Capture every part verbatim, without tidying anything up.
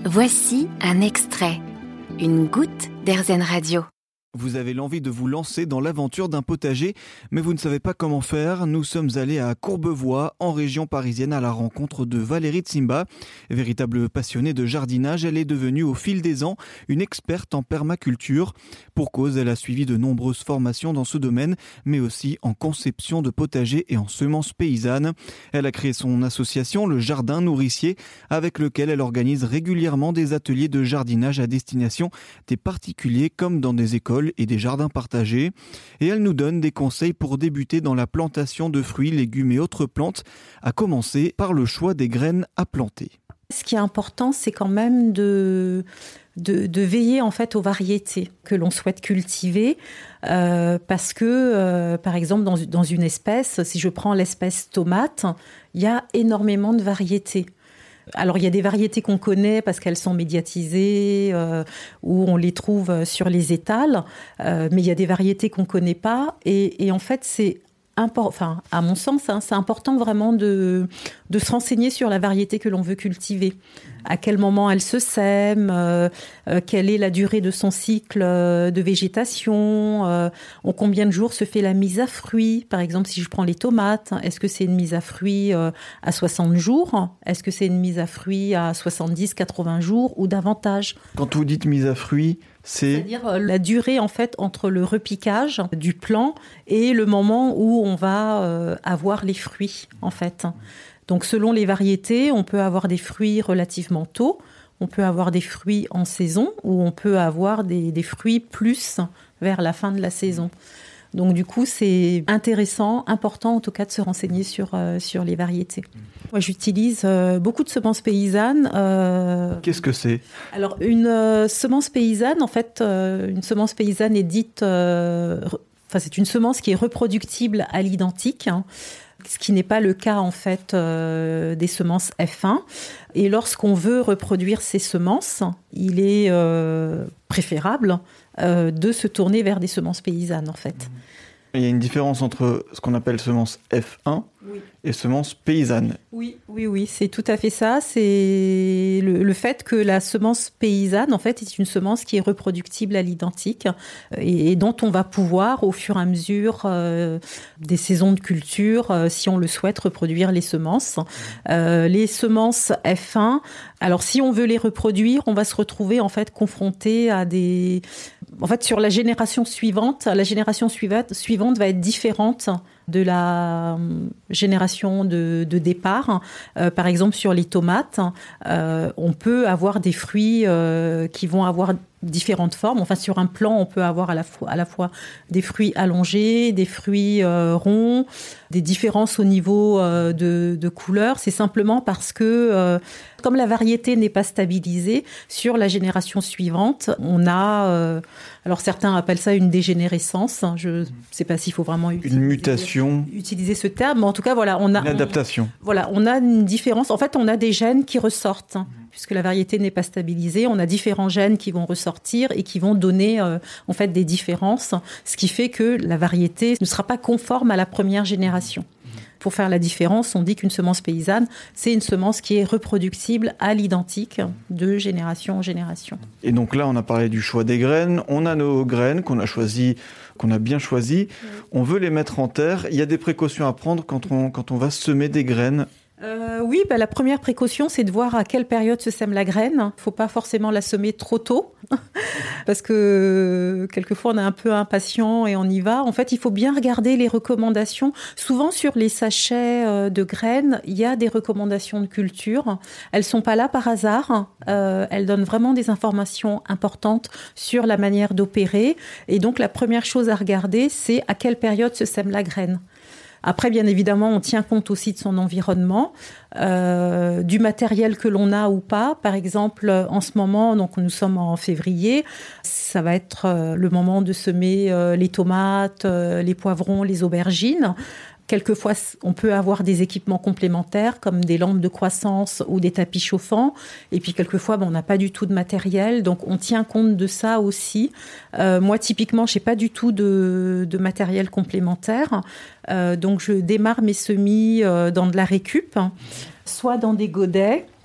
Voici un extrait, une goutte d'Airzen Radio. Vous avez l'envie de vous lancer dans l'aventure d'un potager, mais vous ne savez pas comment faire. Nous sommes allés à Courbevoie, en région parisienne, à la rencontre de Valérie Tsimba. Véritable passionnée de jardinage, elle est devenue au fil des ans une experte en permaculture. Pour cause, elle a suivi de nombreuses formations dans ce domaine, mais aussi en conception de potager et en semences paysannes. Elle a créé son association, le Jardin Nourricier, avec lequel elle organise régulièrement des ateliers de jardinage à destination des particuliers comme dans des écoles et des jardins partagés. Et elle nous donne des conseils pour débuter dans la plantation de fruits, légumes et autres plantes, à commencer par le choix des graines à planter. Ce qui est important, c'est quand même de, de, de veiller en fait aux variétés que l'on souhaite cultiver, euh, parce que, euh, par exemple, dans, dans une espèce, si je prends l'espèce tomate, il y a énormément de variétés. Alors, il y a des variétés qu'on connaît parce qu'elles sont médiatisées euh, ou on les trouve sur les étals, euh, mais il y a des variétés qu'on ne connaît pas. Et, et en fait, c'est important, enfin, à mon sens, hein, c'est important vraiment de, de se renseigner sur la variété que l'on veut cultiver. À quel moment elle se sème, euh, euh, quelle est la durée de son cycle euh, de végétation, euh, en combien de jours se fait la mise à fruit. Par exemple, si je prends les tomates, est-ce que c'est une mise à fruit euh, à soixante jours? Est-ce que c'est une mise à fruit à soixante-dix, quatre-vingts jours ou davantage? Quand vous dites mise à fruit, c'est... C'est-à-dire euh, la durée en fait entre le repiquage du plant et le moment où on va euh, avoir les fruits en fait. Donc selon les variétés, on peut avoir des fruits relativement tôt, on peut avoir des fruits en saison ou on peut avoir des, des fruits plus vers la fin de la saison. Donc du coup, c'est intéressant, important en tout cas de se renseigner sur, euh, sur les variétés. Moi, j'utilise euh, beaucoup de semences paysannes. Euh... Qu'est-ce que c'est ? Alors, une euh, semence paysanne, en fait, euh, une semence paysanne est dite... Euh, re... Enfin, c'est une semence qui est reproductible à l'identique, hein, ce qui n'est pas le cas, en fait, euh, des semences F un. Et lorsqu'on veut reproduire ces semences, il est euh, préférable euh, de se tourner vers des semences paysannes, en fait. Il y a une différence entre ce qu'on appelle semences F un oui. et semences paysannes. Oui, oui, oui, c'est tout à fait ça. C'est le, le fait que la semence paysanne, en fait, est une semence qui est reproductible à l'identique et, et dont on va pouvoir, au fur et à mesure euh, des saisons de culture, euh, si on le souhaite, reproduire les semences. Euh, les semences F un, alors si on veut les reproduire, on va se retrouver en fait confronté à des... En fait, sur la génération suivante, la génération suivante, suivante va être différente de la génération de, de départ. Euh, par exemple, sur les tomates, euh, on peut avoir des fruits euh, qui vont avoir différentes formes. Enfin, sur un plant, on peut avoir à la fois, à la fois des fruits allongés, des fruits euh, ronds, des différences au niveau euh, de, de couleur. C'est simplement parce que, euh, comme la variété n'est pas stabilisée, sur la génération suivante, on a... Euh, alors, certains appellent ça une dégénérescence. Je ne sais pas s'il faut vraiment utiliser, une mutation. utiliser ce terme, mais en tout cas, voilà, on a... Une adaptation. On, voilà, on a une différence. En fait, on a des gènes qui ressortent. Puisque la variété n'est pas stabilisée, on a différents gènes qui vont ressortir et qui vont donner euh, en fait des différences, ce qui fait que la variété ne sera pas conforme à la première génération. Pour faire la différence, on dit qu'une semence paysanne, c'est une semence qui est reproductible à l'identique de génération en génération. Et donc là, on a parlé du choix des graines. On a nos graines qu'on a choisies, qu'on a bien choisies. Oui. On veut les mettre en terre. Il y a des précautions à prendre quand on, quand on va semer des graines. Euh, oui, bah, la première précaution, c'est de voir à quelle période se sème la graine. Il ne faut pas forcément la semer trop tôt, parce que quelquefois, on est un peu impatient et on y va. En fait, il faut bien regarder les recommandations. Souvent, sur les sachets de graines, il y a des recommandations de culture. Elles ne sont pas là par hasard. Euh, elles donnent vraiment des informations importantes sur la manière d'opérer. Et donc, la première chose à regarder, c'est à quelle période se sème la graine. Après, bien évidemment, on tient compte aussi de son environnement, euh, du matériel que l'on a ou pas. Par exemple, en ce moment, donc nous sommes en février, ça va être euh, le moment de semer euh, les tomates, euh, les poivrons, les aubergines. Quelquefois, on peut avoir des équipements complémentaires comme des lampes de croissance ou des tapis chauffants. Et puis, quelquefois, ben, on n'a pas du tout de matériel. Donc, on tient compte de ça aussi. Euh, moi, typiquement, je n'ai pas du tout de, de matériel complémentaire. Euh, donc, je démarre mes semis euh, dans de la récup, soit dans des godets,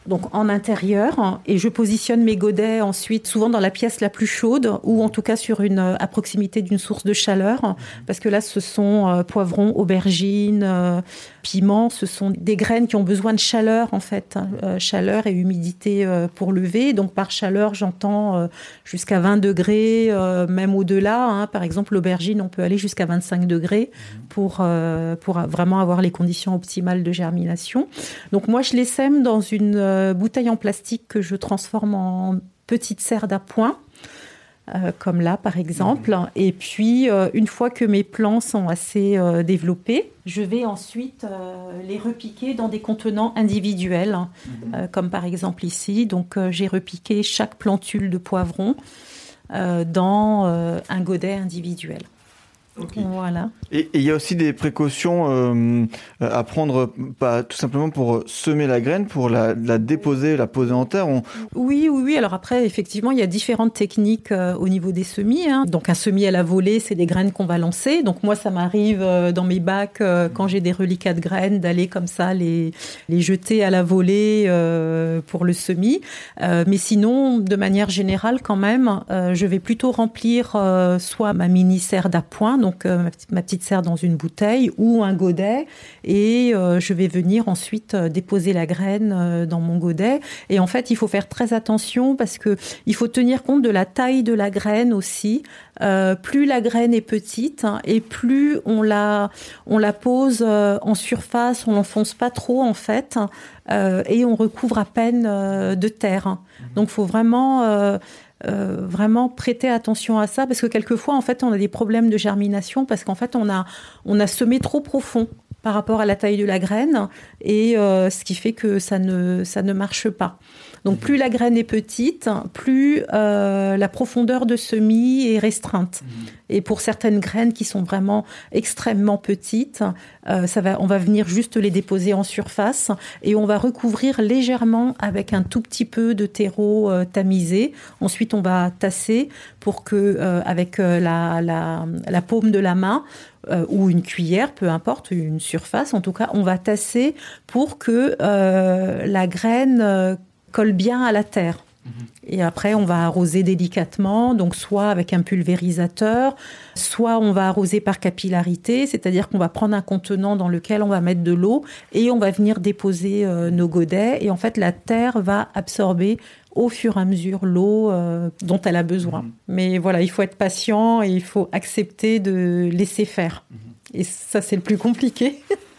donc en intérieur, et je positionne mes godets ensuite souvent dans la pièce la plus chaude ou en tout cas sur une, à proximité d'une source de chaleur, parce que là ce sont euh, poivrons, aubergines, euh, piments, ce sont des graines qui ont besoin de chaleur en fait, euh, chaleur et humidité euh, pour lever. Donc par chaleur j'entends euh, jusqu'à vingt degrés, euh, même au-delà, hein. Par exemple l'aubergine on peut aller jusqu'à vingt-cinq degrés pour, euh, pour vraiment avoir les conditions optimales de germination. Donc moi je les sème dans une bouteille en plastique que je transforme en petite serre d'appoint, euh, comme là par exemple. Mmh. Et puis, euh, une fois que mes plants sont assez euh, développés, je vais ensuite euh, les repiquer dans des contenants individuels, mmh. euh, comme par exemple ici. Donc, euh, j'ai repiqué chaque plantule de poivron euh, dans euh, un godet individuel. Okay. Voilà. Et il y a aussi des précautions euh, à prendre, pas tout simplement pour semer la graine, pour la, la déposer, la poser en terre. On... Oui, oui, oui. Alors après, effectivement, il y a différentes techniques euh, au niveau des semis, hein. Donc un semis à la volée, c'est des graines qu'on va lancer. Donc moi, ça m'arrive euh, dans mes bacs, euh, quand j'ai des reliquats de graines, d'aller comme ça les, les jeter à la volée euh, pour le semis. Euh, mais sinon, de manière générale, quand même, euh, je vais plutôt remplir euh, soit ma mini serre d'appoint, donc euh, ma petite serre dans une bouteille ou un godet, et euh, je vais venir ensuite euh, déposer la graine euh, dans mon godet. Et en fait, il faut faire très attention parce que il faut tenir compte de la taille de la graine aussi. Euh, plus la graine est petite, hein, et plus on la on la pose euh, en surface, on l'enfonce pas trop en fait, euh, et on recouvre à peine euh, de terre. Donc, faut vraiment euh, Euh, vraiment prêter attention à ça, parce que quelquefois en fait on a des problèmes de germination parce qu'en fait on a, on a semé trop profond par rapport à la taille de la graine, et euh, ce qui fait que ça ne, ça ne marche pas. Donc plus la graine est petite, plus euh, la profondeur de semis est restreinte. Mmh. Et pour certaines graines qui sont vraiment extrêmement petites, euh, ça va, on va venir juste les déposer en surface et on va recouvrir légèrement avec un tout petit peu de terreau euh, tamisé. Ensuite, on va tasser pour que, euh, avec euh, la, la, la paume de la main, Euh, ou une cuillère, peu importe, une surface, en tout cas, on va tasser pour que euh, la graine euh, colle bien à la terre. Mmh. Et après, on va arroser délicatement, donc soit avec un pulvérisateur, soit on va arroser par capillarité, c'est-à-dire qu'on va prendre un contenant dans lequel on va mettre de l'eau et on va venir déposer euh, nos godets. Et en fait, la terre va absorber au fur et à mesure l'eau euh, dont elle a besoin. Mmh. Mais voilà, il faut être patient et il faut accepter de laisser faire. Mmh. Et ça, c'est le plus compliqué.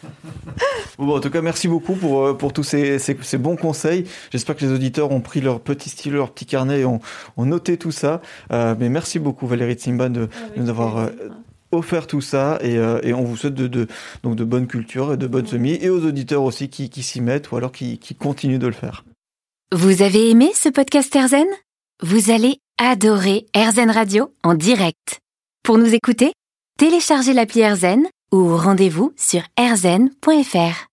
Bon, en tout cas, merci beaucoup pour, pour tous ces, ces, ces bons conseils. J'espère que les auditeurs ont pris leur petit stylo, leur petit carnet et ont, ont noté tout ça. Euh, mais merci beaucoup, Valérie Tsimba, de, de nous avoir euh, offert tout ça. Et, euh, et on vous souhaite de, de, donc de bonnes cultures et de bonnes semis. Et aux auditeurs aussi qui, qui s'y mettent ou alors qui, qui continuent de le faire. Vous avez aimé ce podcast AirZen ? Vous allez adorer AirZen Radio en direct. Pour nous écouter, téléchargez l'appli AirZen ou rendez-vous sur airzen point f r.